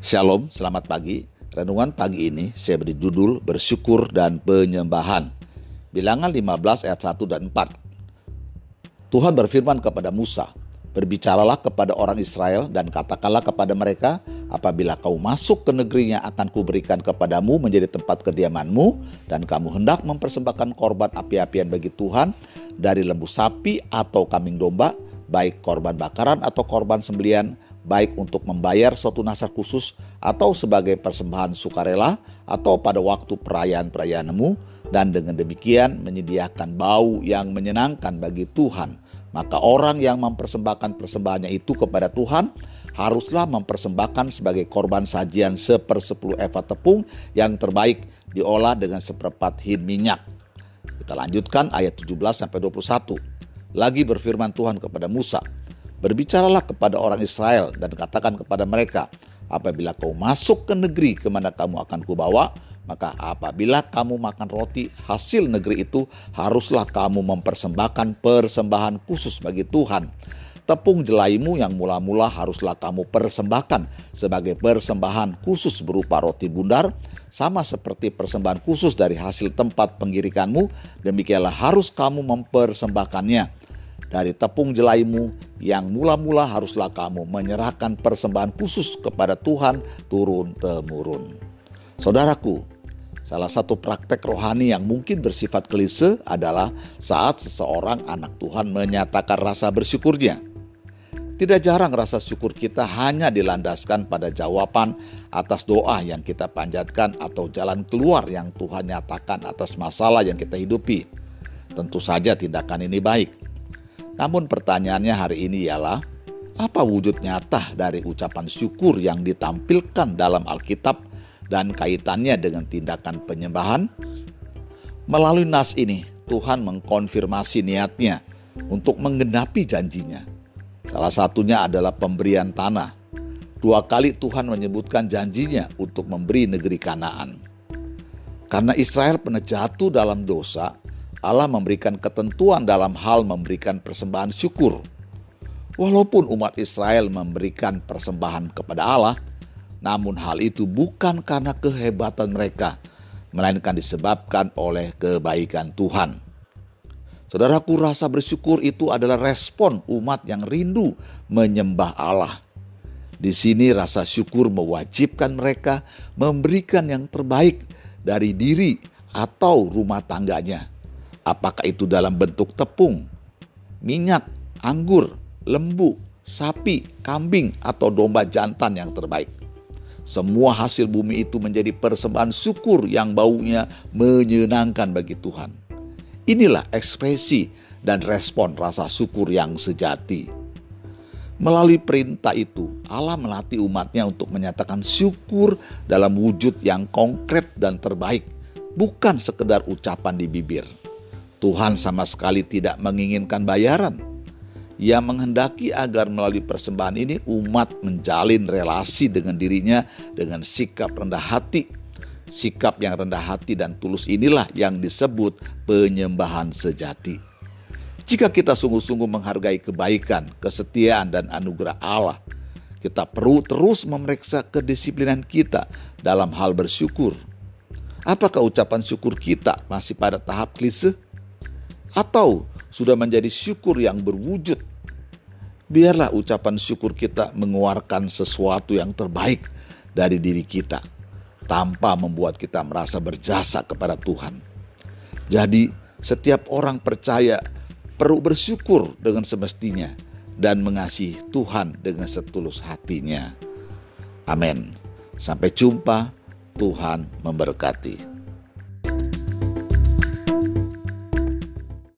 Shalom, selamat pagi. Renungan pagi ini saya beri judul bersyukur dan penyembahan. Bilangan 15 ayat 1 dan 4. Tuhan berfirman kepada Musa, "Berbicaralah kepada orang Israel dan katakanlah kepada mereka, apabila kau masuk ke negeri yang akan kuberikan kepadamu menjadi tempat kediamanmu, dan kamu hendak mempersembahkan korban api-apian bagi Tuhan dari lembu sapi atau kambing domba, baik korban bakaran atau korban sembelian, baik untuk membayar suatu nazar khusus atau sebagai persembahan sukarela atau pada waktu perayaan-perayaanmu, dan dengan demikian menyediakan bau yang menyenangkan bagi Tuhan. Maka orang yang mempersembahkan persembahannya itu kepada Tuhan haruslah mempersembahkan sebagai korban sajian 1/10 efa tepung yang terbaik diolah dengan 1/4 hin minyak." Kita lanjutkan ayat 17-21. Lagi berfirman Tuhan kepada Musa, "Berbicaralah kepada orang Israel dan katakan kepada mereka, apabila kau masuk ke negeri kemana kamu akan kubawa, maka apabila kamu makan roti hasil negeri itu, haruslah kamu mempersembahkan persembahan khusus bagi Tuhan. Tepung jelaimu yang mula-mula haruslah kamu persembahkan sebagai persembahan khusus berupa roti bundar, sama seperti persembahan khusus dari hasil tempat penggirikanmu, demikianlah harus kamu mempersembahkannya. Dari tepung jelaimu yang mula-mula haruslah kamu menyerahkan persembahan khusus kepada Tuhan turun-temurun." Saudaraku, salah satu praktek rohani yang mungkin bersifat klise adalah saat seseorang anak Tuhan menyatakan rasa bersyukurnya. Tidak jarang rasa syukur kita hanya dilandaskan pada jawaban atas doa yang kita panjatkan atau jalan keluar yang Tuhan nyatakan atas masalah yang kita hidupi. Tentu saja tindakan ini baik. Namun pertanyaannya hari ini ialah, apa wujud nyata dari ucapan syukur yang ditampilkan dalam Alkitab dan kaitannya dengan tindakan penyembahan? Melalui nas ini, Tuhan mengkonfirmasi niatnya untuk menggenapi janjinya. Salah satunya adalah pemberian tanah. 2 kali Tuhan menyebutkan janjinya untuk memberi negeri Kanaan. Karena Israel pernah jatuh dalam dosa, Allah memberikan ketentuan dalam hal memberikan persembahan syukur. Walaupun umat Israel memberikan persembahan kepada Allah, namun hal itu bukan karena kehebatan mereka, melainkan disebabkan oleh kebaikan Tuhan. Saudaraku, rasa bersyukur itu adalah respon umat yang rindu menyembah Allah. Di sini rasa syukur mewajibkan mereka memberikan yang terbaik dari diri atau rumah tangganya. Apakah itu dalam bentuk tepung, minyak, anggur, lembu, sapi, kambing, atau domba jantan yang terbaik. Semua hasil bumi itu menjadi persembahan syukur yang baunya menyenangkan bagi Tuhan. Inilah ekspresi dan respon rasa syukur yang sejati. Melalui perintah itu, Allah melatih umatnya untuk menyatakan syukur dalam wujud yang konkret dan terbaik, bukan sekedar ucapan di bibir. Tuhan sama sekali tidak menginginkan bayaran. Ia menghendaki agar melalui persembahan ini umat menjalin relasi dengan dirinya dengan sikap rendah hati. Sikap yang rendah hati dan tulus inilah yang disebut penyembahan sejati. Jika kita sungguh-sungguh menghargai kebaikan, kesetiaan, dan anugerah Allah, kita perlu terus memeriksa kedisiplinan kita dalam hal bersyukur. Apakah ucapan syukur kita masih pada tahap klise? Atau sudah menjadi syukur yang berwujud? Biarlah ucapan syukur kita mengeluarkan sesuatu yang terbaik dari diri kita, tanpa membuat kita merasa berjasa kepada Tuhan. Jadi setiap orang percaya perlu bersyukur dengan semestinya dan mengasihi Tuhan dengan setulus hatinya. Amin. Sampai jumpa. Tuhan memberkati.